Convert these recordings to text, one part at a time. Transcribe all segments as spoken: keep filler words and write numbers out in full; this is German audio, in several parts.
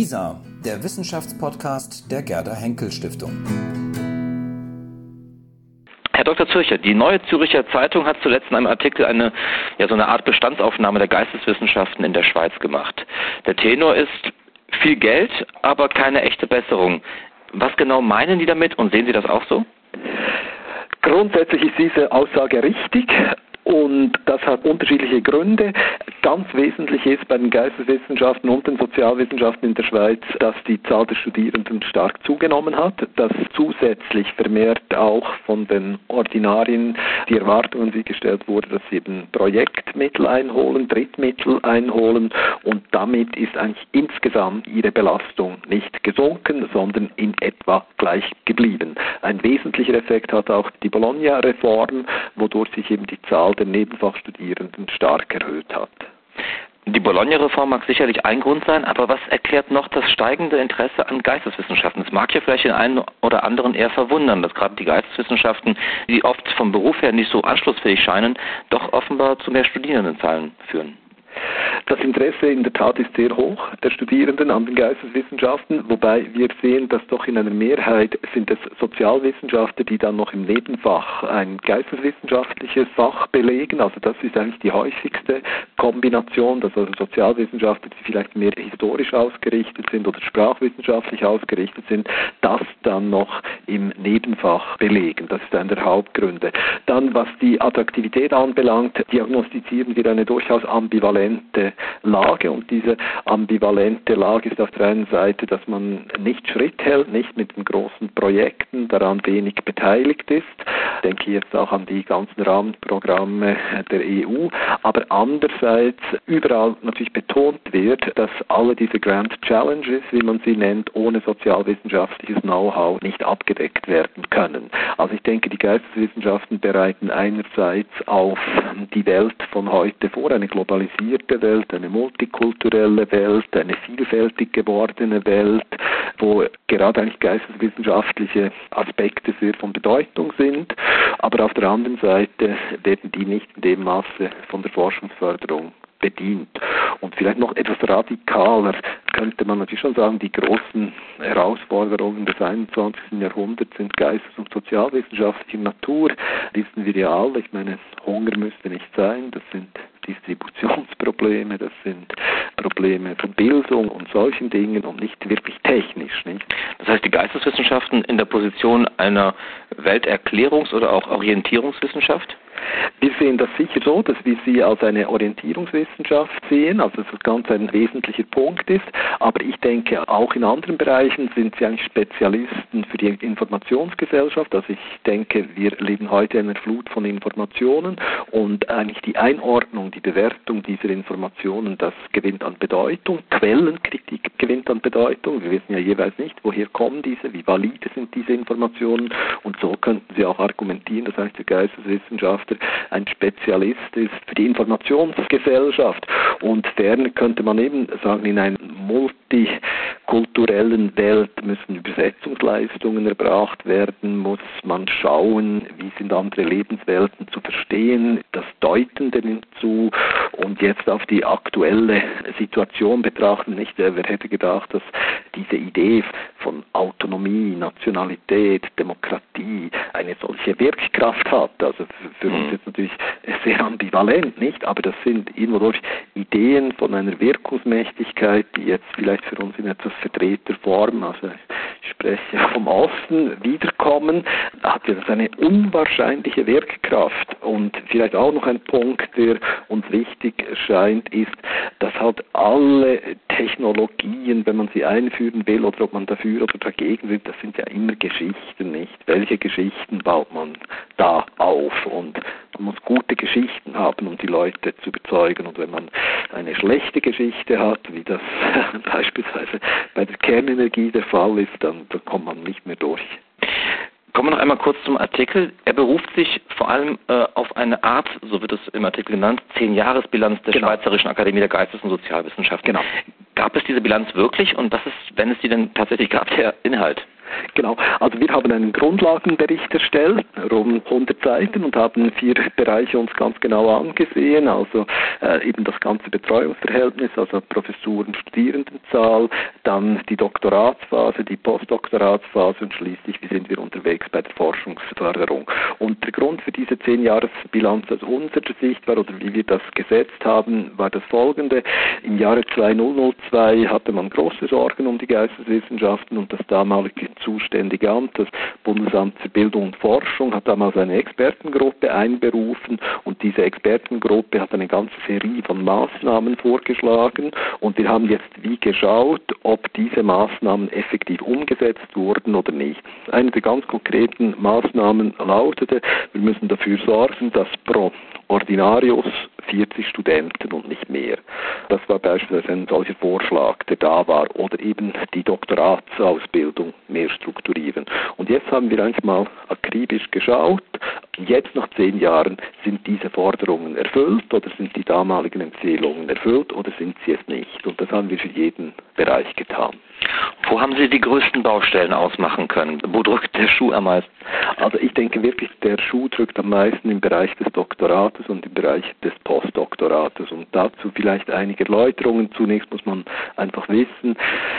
WISA, der Wissenschaftspodcast der Gerda Henkel Stiftung. Herr Doktor Zürcher, die Neue Zürcher Zeitung hat zuletzt in einem Artikel eine, ja, so eine Art Bestandsaufnahme der Geisteswissenschaften in der Schweiz gemacht. Der Tenor ist viel Geld, aber keine echte Besserung. Was genau meinen die damit und sehen Sie das auch so? Grundsätzlich ist diese Aussage richtig. Und das hat unterschiedliche Gründe. Ganz wesentlich ist bei den Geisteswissenschaften und den Sozialwissenschaften in der Schweiz, dass die Zahl der Studierenden stark zugenommen hat, dass zusätzlich vermehrt auch von den Ordinarien die Erwartung an sie gestellt wurde, dass sie eben Projektmittel einholen, Drittmittel einholen und damit ist eigentlich insgesamt ihre Belastung nicht gesunken, sondern in etwa gleich geblieben. Ein wesentlicher Effekt hat auch die Bologna-Reform, wodurch sich eben die Zahl der Nebenfachstudierenden stark erhöht hat. Die Bologna-Reform mag sicherlich ein Grund sein, aber was erklärt noch das steigende Interesse an Geisteswissenschaften? Es mag ja vielleicht den einen oder anderen eher verwundern, dass gerade die Geisteswissenschaften, die oft vom Beruf her nicht so anschlussfähig scheinen, doch offenbar zu mehr Studierendenzahlen führen. Das Interesse in der Tat ist sehr hoch der Studierenden an den Geisteswissenschaften, wobei wir sehen, dass doch in einer Mehrheit sind es Sozialwissenschaftler, die dann noch im Nebenfach ein geisteswissenschaftliches Fach belegen. Also das ist eigentlich die häufigste Kombination, dass also Sozialwissenschaftler, die vielleicht mehr historisch ausgerichtet sind oder sprachwissenschaftlich ausgerichtet sind, das dann noch im Nebenfach belegen. Das ist einer der Hauptgründe. Dann, was die Attraktivität anbelangt, diagnostizieren wir eine durchaus ambivalente Lage und diese ambivalente Lage ist auf der einen Seite, dass man nicht Schritt hält, nicht mit den großen Projekten, daran wenig beteiligt ist. Ich denke jetzt auch an die ganzen Rahmenprogramme der E U, aber andererseits überall natürlich betont wird, dass alle diese Grand Challenges, wie man sie nennt, ohne sozialwissenschaftliches Know-how nicht abgedeckt werden können. Also ich denke, die Geisteswissenschaften bereiten einerseits auf die Welt von heute vor, eine globalisierte Welt, eine multikulturelle Welt, eine vielfältig gewordene Welt, wo gerade eigentlich geisteswissenschaftliche Aspekte sehr von Bedeutung sind, aber auf der anderen Seite werden die nicht in dem Maße von der Forschungsförderung bedient. Und vielleicht noch etwas radikaler könnte man natürlich schon sagen, die großen Herausforderungen des einundzwanzigsten Jahrhunderts sind geistes- und sozialwissenschaftlicher Natur. Wissen wir ja alle, ich meine, Hunger müsste nicht sein, das sind Distributionsprobleme, das sind Probleme von Bildung und solchen Dingen und nicht wirklich technisch. Nicht? Das heißt, die Geisteswissenschaften in der Position einer Welterklärungs- oder auch Orientierungswissenschaft? Wir sehen das sicher so, dass wir sie als eine Orientierungswissenschaft sehen, also dass das ganz ein wesentlicher Punkt ist, aber ich denke, auch in anderen Bereichen sind sie eigentlich Spezialisten für die Informationsgesellschaft, also ich denke, wir leben heute in einer Flut von Informationen und eigentlich die Einordnung, die Bewertung dieser Informationen, das gewinnt an Bedeutung, Quellenkritik gewinnt an Bedeutung, wir wissen ja jeweils nicht, woher kommen diese, wie valide sind diese Informationen und so könnten sie auch argumentieren, dass eigentlich der Geisteswissenschaftler ein Spezialist ist für die Informationsgesellschaft und ferner könnte man eben sagen, in einer multikulturellen Welt müssen Übersetzungsleistungen erbracht werden, muss man schauen, wie sind andere Lebenswelten zu verstehen, das Deuten hinzu und jetzt auf die aktuelle Situation betrachten, nicht, wer hätte gedacht, dass diese Idee von Autonomie, Nationalität, Demokratie eine solche Wirkkraft hat, also für, für uns jetzt natürlich sehr ambivalent, nicht? Aber das sind irgendwo durch Ideen von einer Wirkungsmächtigkeit, die jetzt vielleicht für uns in etwas verdrehter Form, also ich spreche vom Osten, wiederkommen, hat ja das eine unwahrscheinliche Wirkkraft. Und vielleicht auch noch ein Punkt, der uns wichtig erscheint, ist, dass halt alle Technologien, wenn man sie einführen will oder ob man dafür oder dagegen will, das sind ja immer Geschichten, nicht? Welche Geschichten baut man da auf? Und man muss gute Geschichten haben, um die Leute zu überzeugen. Und wenn man eine schlechte Geschichte hat, wie das beispielsweise bei der Kernenergie der Fall ist, dann, dann kommt man nicht mehr durch. Kommen wir noch einmal kurz zum Artikel. Er beruft sich vor allem äh, auf eine Art, so wird es im Artikel genannt, Zehn-Jahres-Bilanz der genau. Schweizerischen Akademie der Geistes- und Sozialwissenschaften. Genau. Gab es diese Bilanz wirklich und was ist, wenn es die denn tatsächlich gab, der Inhalt? Genau, also wir haben einen Grundlagenbericht erstellt, rund hundert Seiten, und haben vier Bereiche uns ganz genau angesehen, also äh, eben das ganze Betreuungsverhältnis, also Professuren, Studierendenzahl, dann die Doktoratsphase, die Postdoktoratsphase und schließlich, wie sind wir unterwegs bei der Forschungsförderung. Und der Grund für diese zehn-Jahres-Bilanz aus unserer Sicht war, oder wie wir das gesetzt haben, war das folgende: Im Jahre zweitausendzwei hatte man große Sorgen um die Geisteswissenschaften, und das damalige zuständige Amt, das Bundesamt für Bildung und Forschung, hat damals eine Expertengruppe einberufen, und diese Expertengruppe hat eine ganze Serie von Maßnahmen vorgeschlagen, und wir haben jetzt wie geschaut, ob diese Maßnahmen effektiv umgesetzt wurden oder nicht. Eine der ganz konkreten Maßnahmen lautete: Wir müssen dafür sorgen, dass pro Ordinarius vierzig Studenten und nicht mehr. Das war beispielsweise ein solcher Vorschlag, der da war. Oder eben die Doktoratsausbildung mehr strukturieren. Und jetzt haben wir einfach mal akribisch geschaut, jetzt nach zehn Jahren, sind diese Forderungen erfüllt oder sind die damaligen Empfehlungen erfüllt oder sind sie es nicht. Und das haben wir für jeden Bereich getan. Wo haben Sie die größten Baustellen ausmachen können? Wo drückt der Schuh am meisten? Also ich denke wirklich, der Schuh drückt am meisten im Bereich des Doktorates und im Bereich des Postdoktorates. Und dazu vielleicht einige Erläuterungen. Zunächst muss man einfach wissen,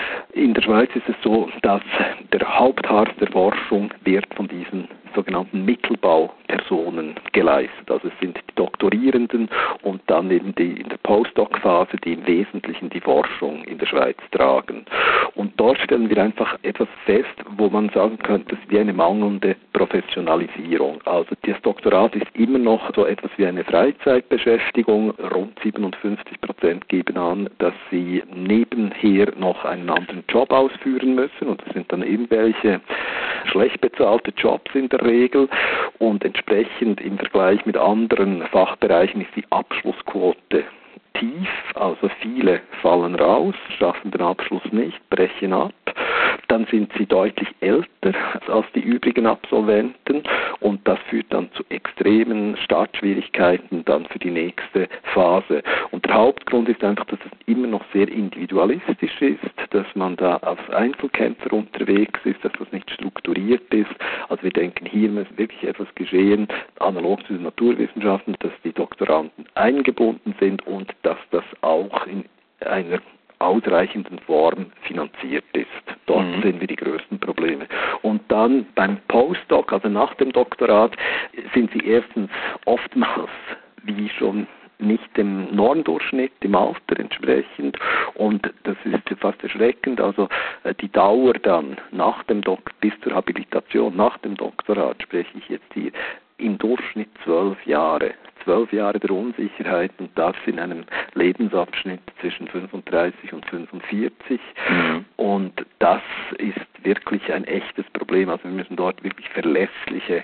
in der Schweiz ist es so, dass der Hauptharz der Forschung wird von diesen sogenannten Mittelbaupersonen geleistet. Also es sind die Doktorierenden und dann eben die in der Postdoc-Phase, die im Wesentlichen die Forschung in der Schweiz tragen. Und dort stellen wir einfach etwas fest, wo man sagen könnte, das ist wie eine mangelnde Professionalisierung. Also das Doktorat ist immer noch so etwas wie eine Freizeitbeschäftigung. Rund siebenundfünfzig Prozent geben an, dass sie nebenher noch einen anderen Job ausführen müssen, und das sind dann irgendwelche schlecht bezahlte Jobs in der Regel, und entsprechend im Vergleich mit anderen Fachbereichen ist die Abschlussquote tief, also viele fallen raus, schaffen den Abschluss nicht, brechen ab. Dann sind sie deutlich älter als die übrigen Absolventen, und das führt dann zu extremen Startschwierigkeiten dann für die nächste Phase. Und der Hauptgrund ist einfach, dass es immer noch sehr individualistisch ist, dass man da als Einzelkämpfer unterwegs ist, dass das nicht strukturiert ist. Also wir denken, hier muss wirklich etwas geschehen, analog zu den Naturwissenschaften, dass die Doktoranden eingebunden sind und dass das auch in einer ausreichenden Form finanziert ist. Dort mhm. sehen wir die größten Probleme. Und dann beim Postdoc, also nach dem Doktorat, sind sie erstens oftmals, wie schon, nicht dem Normdurchschnitt im Alter entsprechend, und das ist fast erschreckend, also die Dauer dann nach dem Dok bis zur Habilitation, nach dem Doktorat, spreche ich jetzt hier, im Durchschnitt zwölf Jahre. Zwölf Jahre der Unsicherheit, und das in einem Lebensabschnitt zwischen fünfunddreißig und fünfundvierzig. Mhm. Und das ist wirklich ein echtes Problem. Also wir müssen dort wirklich verlässliche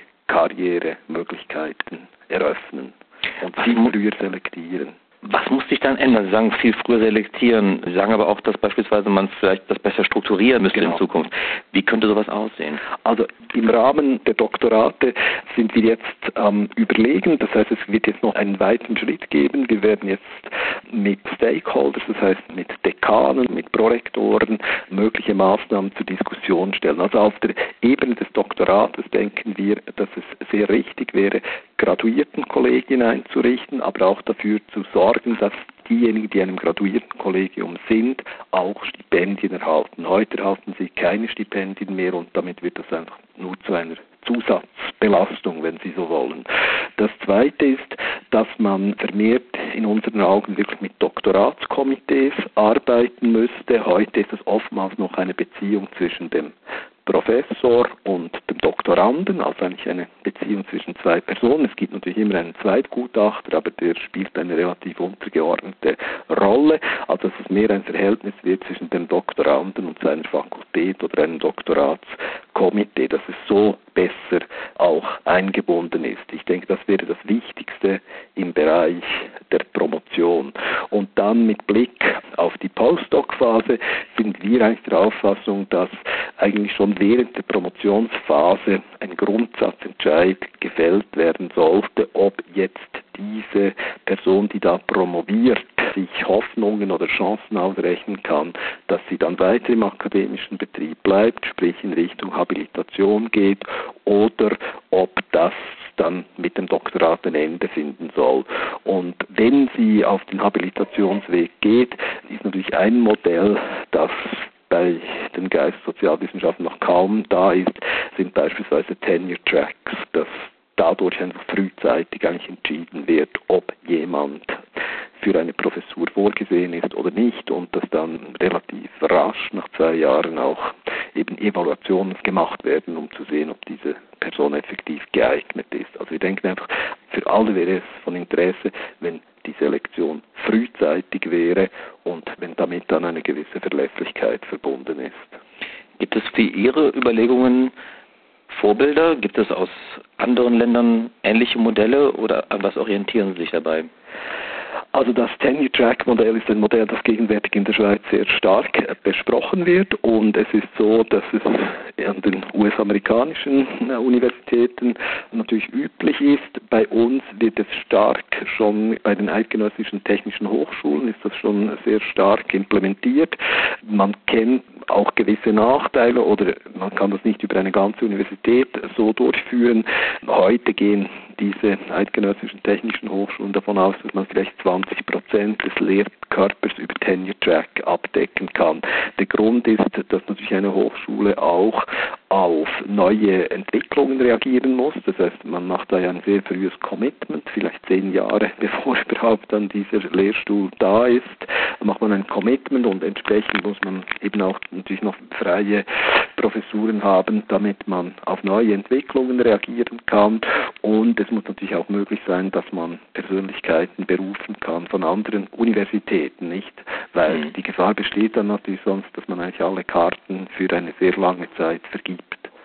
Karrieremöglichkeiten eröffnen und viel früher selektieren. Was muss sich dann ändern? Sie sagen, viel früher selektieren. Sie sagen aber auch, dass beispielsweise man vielleicht das besser strukturieren müsste genau. in Zukunft. Wie könnte sowas aussehen? Also im Rahmen der Doktorate sind wir jetzt am ähm, Überlegen. Das heißt, es wird jetzt noch einen weiteren Schritt geben. Wir werden jetzt mit Stakeholders, das heißt mit Dekanen, mit Prorektoren, mögliche Maßnahmen zur Diskussion stellen. Also auf der Ebene des Doktorates denken wir, dass es sehr richtig wäre, Graduiertenkollegien einzurichten, aber auch dafür zu sorgen, dass diejenigen, die in einem Graduiertenkollegium sind, auch Stipendien erhalten. Heute erhalten sie keine Stipendien mehr, und damit wird das einfach nur zu einer Zusatzbelastung, wenn Sie so wollen. Das Zweite ist, dass man vermehrt in unseren Augen wirklich mit Doktoratskomitees arbeiten müsste. Heute ist es oftmals noch eine Beziehung zwischen dem Professor und dem Doktoranden, also eigentlich eine Beziehung zwischen zwei Personen. Es gibt natürlich immer einen Zweitgutachter, aber der spielt eine relativ untergeordnete Rolle. Also dass es mehr ein Verhältnis wird zwischen dem Doktoranden und seiner Fakultät oder einem Doktoratskomitee, dass es so besser auch eingebunden ist. Ich denke, das wäre das Wichtigste im Bereich der Promotion. Und dann mit Blick auf die Postdoc-Phase sind wir eigentlich der Auffassung, dass eigentlich schon während der Promotionsphase ein Grundsatzentscheid gefällt werden sollte, ob jetzt diese Person, die da promoviert, sich Hoffnungen oder Chancen ausrechnen kann, dass sie dann weiter im akademischen Betrieb bleibt, sprich in Richtung Habilitation geht, oder ob das dann mit dem Doktorat ein Ende finden soll. Und wenn sie auf den Habilitationsweg geht, ist natürlich ein Modell, das bei den Geistessozialwissenschaften noch kaum da ist, sind beispielsweise Tenure-Tracks, dass dadurch einfach frühzeitig eigentlich entschieden wird, ob jemand für eine Professur vorgesehen ist oder nicht, und dass dann relativ rasch nach zwei Jahren auch eben Evaluationen gemacht werden, um zu sehen, ob diese Person effektiv geeignet ist. Also wir denken einfach, für alle wäre es von Interesse, wenn die Selektion frühzeitig wäre und wenn damit dann eine gewisse Verlässlichkeit verbunden ist. Gibt es für Ihre Überlegungen Vorbilder? Gibt es aus anderen Ländern ähnliche Modelle oder an was orientieren Sie sich dabei? Also das Tenure-Track-Modell ist ein Modell, das gegenwärtig in der Schweiz sehr stark besprochen wird, und es ist so, dass es an den U S-amerikanischen Universitäten natürlich üblich ist. Bei uns wird es stark schon, bei den eidgenössischen technischen Hochschulen ist das schon sehr stark implementiert. Man kennt auch gewisse Nachteile oder man kann das nicht über eine ganze Universität so durchführen. Heute gehen diese eidgenössischen technischen Hochschulen davon aus, dass man vielleicht zwanzig Prozent des Lehrkörpers über Tenure-Track abdecken kann. Der Grund ist, dass natürlich eine Hochschule auch auf neue Entwicklungen reagieren muss. Das heißt, man macht da ja ein sehr frühes Commitment, vielleicht zehn Jahre bevor überhaupt dann dieser Lehrstuhl da ist, macht man ein Commitment, und entsprechend muss man eben auch natürlich noch freie Professuren haben, damit man auf neue Entwicklungen reagieren kann, und es muss natürlich auch möglich sein, dass man Persönlichkeiten berufen kann von anderen Universitäten, nicht? Weil mhm. die Gefahr besteht dann natürlich sonst, dass man eigentlich alle Karten für eine sehr lange Zeit vergibt.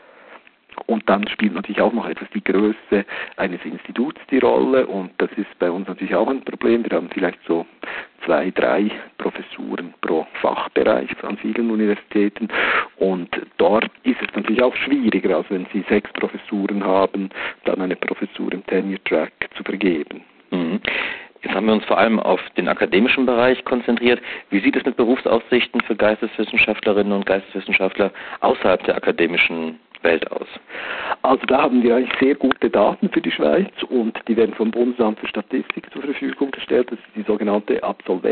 Und dann spielt natürlich auch noch etwas die Größe eines Instituts die Rolle, und das ist bei uns natürlich auch ein Problem. Wir haben vielleicht so zwei, drei Professuren pro Fachbereich an vielen Universitäten, und dort ist es natürlich auch schwieriger, als wenn Sie sechs Professuren haben, dann eine Professur im Tenure-Track zu vergeben. Mhm. Jetzt haben wir uns vor allem auf den akademischen Bereich konzentriert. Wie sieht es mit Berufsaussichten für Geisteswissenschaftlerinnen und Geisteswissenschaftler außerhalb der akademischen Welt aus? Also da haben wir eigentlich sehr gute Daten für die Schweiz, und die werden vom Bundesamt für Statistik zur Verfügung gestellt. Das ist die sogenannte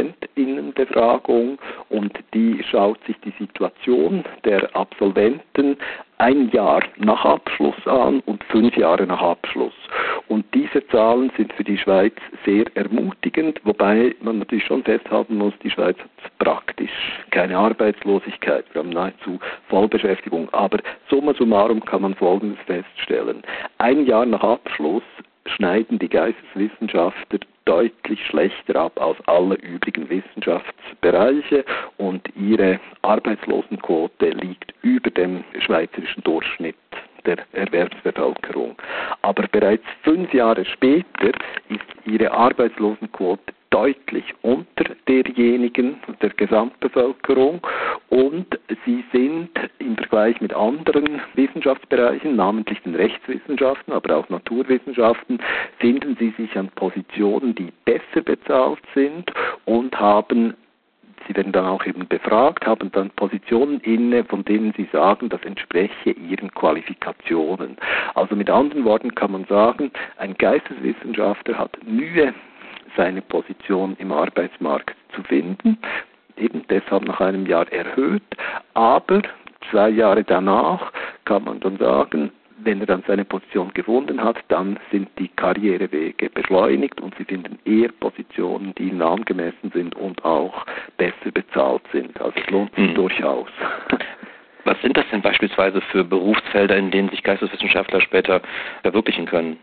Absolventinnenbefragung, und die schaut sich die Situation der Absolventen ein Jahr nach Abschluss an und fünf Jahre nach Abschluss. Und diese Zahlen sind für die Schweiz sehr ermutigend, wobei man natürlich schon festhalten muss, die Schweiz hat praktisch keine Arbeitslosigkeit, wir haben nahezu Vollbeschäftigung. Aber summa summarum kann man Folgendes feststellen. Ein Jahr nach Abschluss schneiden die Geisteswissenschaftler deutlich schlechter ab als alle übrigen Wissenschaftsbereiche, und ihre Arbeitslosenquote liegt über dem schweizerischen Durchschnitt der Erwerbsbevölkerung. Aber bereits fünf Jahre später ist ihre Arbeitslosenquote deutlich unter derjenigen der Gesamtbevölkerung, und sie sind im Vergleich mit anderen Wissenschaftsbereichen, namentlich den Rechtswissenschaften, aber auch Naturwissenschaften, finden sie sich an Positionen, die besser bezahlt sind, und haben, sie werden dann auch eben befragt, haben dann Positionen inne, von denen sie sagen, das entspreche ihren Qualifikationen. Also mit anderen Worten kann man sagen, ein Geisteswissenschaftler hat Mühe, seine Position im Arbeitsmarkt zu finden, eben deshalb nach einem Jahr erhöht, aber zwei Jahre danach kann man dann sagen, wenn er dann seine Position gefunden hat, dann sind die Karrierewege beschleunigt, und sie finden eher Positionen, die ihnen angemessen sind und auch besser bezahlt sind. Also es lohnt sich mhm. durchaus. Was sind das denn beispielsweise für Berufsfelder, in denen sich Geisteswissenschaftler später verwirklichen können?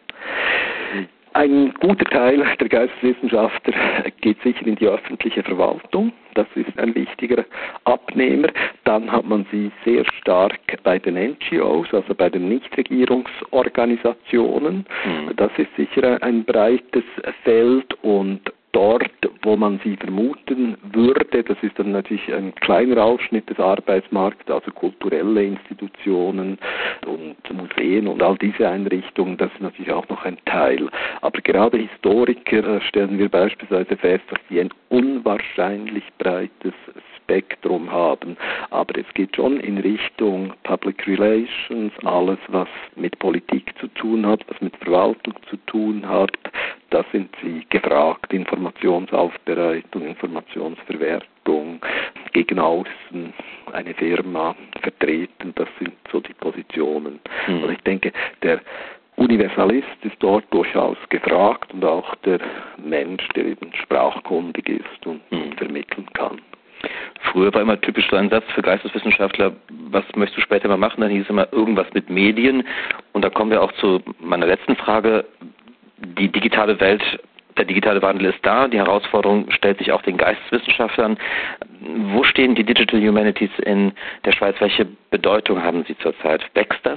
Ein guter Teil der Geisteswissenschaftler geht sicher in die öffentliche Verwaltung. Das ist ein wichtiger Abnehmer. Dann hat man sie sehr stark bei den N G Os, also bei den Nichtregierungsorganisationen. Mhm. Das ist sicher ein breites Feld, und dort, wo man sie vermuten würde, das ist dann natürlich ein kleiner Ausschnitt des Arbeitsmarkts, also kulturelle Institutionen und Museen und all diese Einrichtungen, das ist natürlich auch noch ein Teil. Aber gerade Historiker stellen wir beispielsweise fest, dass die ein unwahrscheinlich breites Spektrum haben. Aber es geht schon in Richtung Public Relations, alles was mit Politik zu tun hat, was mit Verwaltung zu tun hat, da sind sie gefragt. Informationsaufbereitung, Informationsverwertung, gegen außen eine Firma vertreten, das sind so die Positionen. Mhm. Also ich denke, der Universalist ist dort durchaus gefragt und auch der Mensch, der eben sprachkundig ist und mhm. vermitteln kann. Früher war immer typisch so ein Satz für Geisteswissenschaftler, was möchtest du später mal machen? Dann hieß es immer irgendwas mit Medien. Und da kommen wir auch zu meiner letzten Frage. Die digitale Welt, der digitale Wandel ist da. Die Herausforderung stellt sich auch den Geisteswissenschaftlern. Wo stehen die Digital Humanities in der Schweiz? Welche Bedeutung haben sie zurzeit? Wächst das?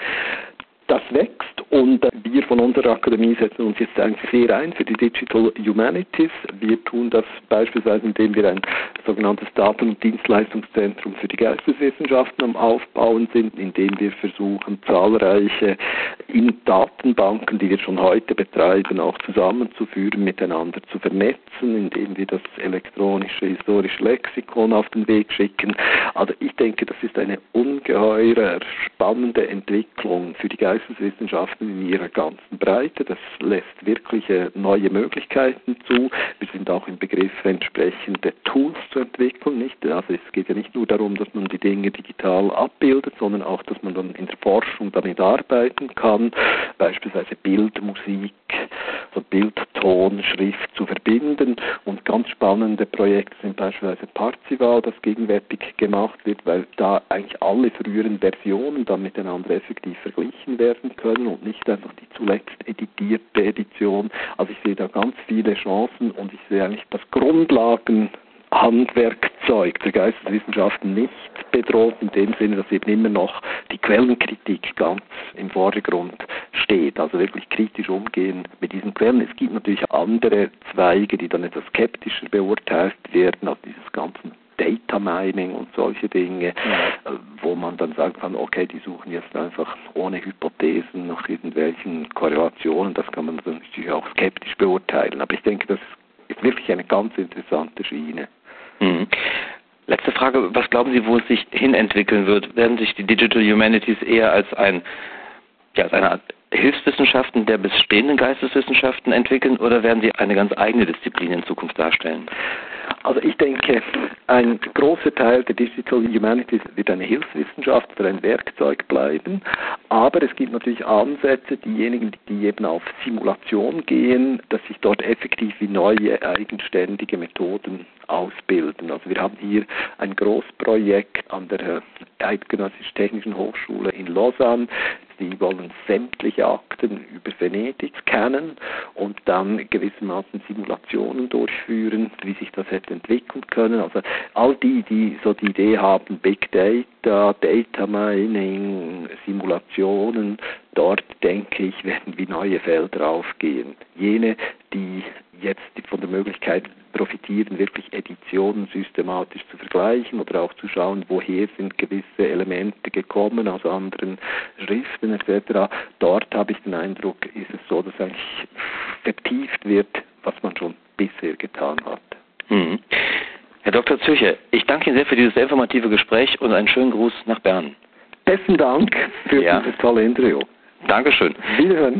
Das wächst und wir von unserer Akademie setzen uns jetzt eigentlich sehr ein für die Digital Humanities. Wir tun das beispielsweise, indem wir ein sogenanntes Daten- und Dienstleistungszentrum für die Geisteswissenschaften am Aufbauen sind, indem wir versuchen, zahlreiche in Datenbanken, die wir schon heute betreiben, auch zusammenzuführen, miteinander zu vernetzen, indem wir das elektronische historische Lexikon auf den Weg schicken. Also ich denke, das ist eine ungeheuer spannende Entwicklung für die Geisteswissenschaften in ihrer ganzen Breite. Das lässt wirklich neue Möglichkeiten zu. Wir sind auch im Begriff, entsprechende Tools zu entwickeln. Nicht? Also es geht ja nicht nur darum, dass man die Dinge digital abbildet, sondern auch, dass man dann in der Forschung damit arbeiten kann, beispielsweise Bild, Musik, also Bild, Ton, Schrift zu verbinden. Und ganz spannende Projekte sind beispielsweise Parzival, das gegenwärtig gemacht wird, weil da eigentlich alle früheren Versionen dann miteinander effektiv verglichen werden können und nicht einfach die zuletzt editierte Edition. Also ich sehe da ganz viele Chancen und ich sehe eigentlich das Grundlagenhandwerkzeug der Geisteswissenschaften nicht bedroht, in dem Sinne, dass eben immer noch die Quellenkritik ganz im Vordergrund steht. Also wirklich kritisch umgehen mit diesen Quellen. Es gibt natürlich andere Zweige, die dann etwas skeptischer beurteilt werden, als dieses ganzen Data Mining und solche Dinge, ja. wo man dann sagen kann, okay, die suchen jetzt einfach ohne Hypothesen nach irgendwelchen Korrelationen. Das kann man dann natürlich auch skeptisch beurteilen. Aber ich denke, das ist wirklich eine ganz interessante Schiene. Mhm. Letzte Frage, was glauben Sie, wo es sich hinentwickeln wird? Werden sich die Digital Humanities eher als ein, ja, als eine Art Hilfswissenschaften der bestehenden Geisteswissenschaften entwickeln oder werden sie eine ganz eigene Disziplin in Zukunft darstellen? Also ich denke, ein großer Teil der Digital Humanities wird eine Hilfswissenschaft oder ein Werkzeug bleiben, aber es gibt natürlich Ansätze, diejenigen, die eben auf Simulation gehen, dass sich dort effektiv wie neue eigenständige Methoden ausbilden. Also wir haben hier ein Großprojekt an der Eidgenössisch-Technischen Hochschule in Lausanne. Sie wollen sämtliche Akten über Venedig scannen und dann gewissermaßen Simulationen durchführen, wie sich das hätte entwickeln können. Also all die, die so die Idee haben, Big Data, Data Mining, Simulationen, dort denke ich, werden wie neue Felder aufgehen. Jene, die jetzt von der Möglichkeit profitieren, wirklich Editionen systematisch zu vergleichen oder auch zu schauen, woher sind gewisse Elemente gekommen aus anderen Schriften et cetera. Dort habe ich den Eindruck, ist es so, dass eigentlich vertieft wird, was man schon bisher getan hat. Mhm. Herr Doktor Züche, ich danke Ihnen sehr für dieses sehr informative Gespräch und einen schönen Gruß nach Bern. Besten Dank für ja. dieses tolle Interview. Dankeschön. Wiederhören.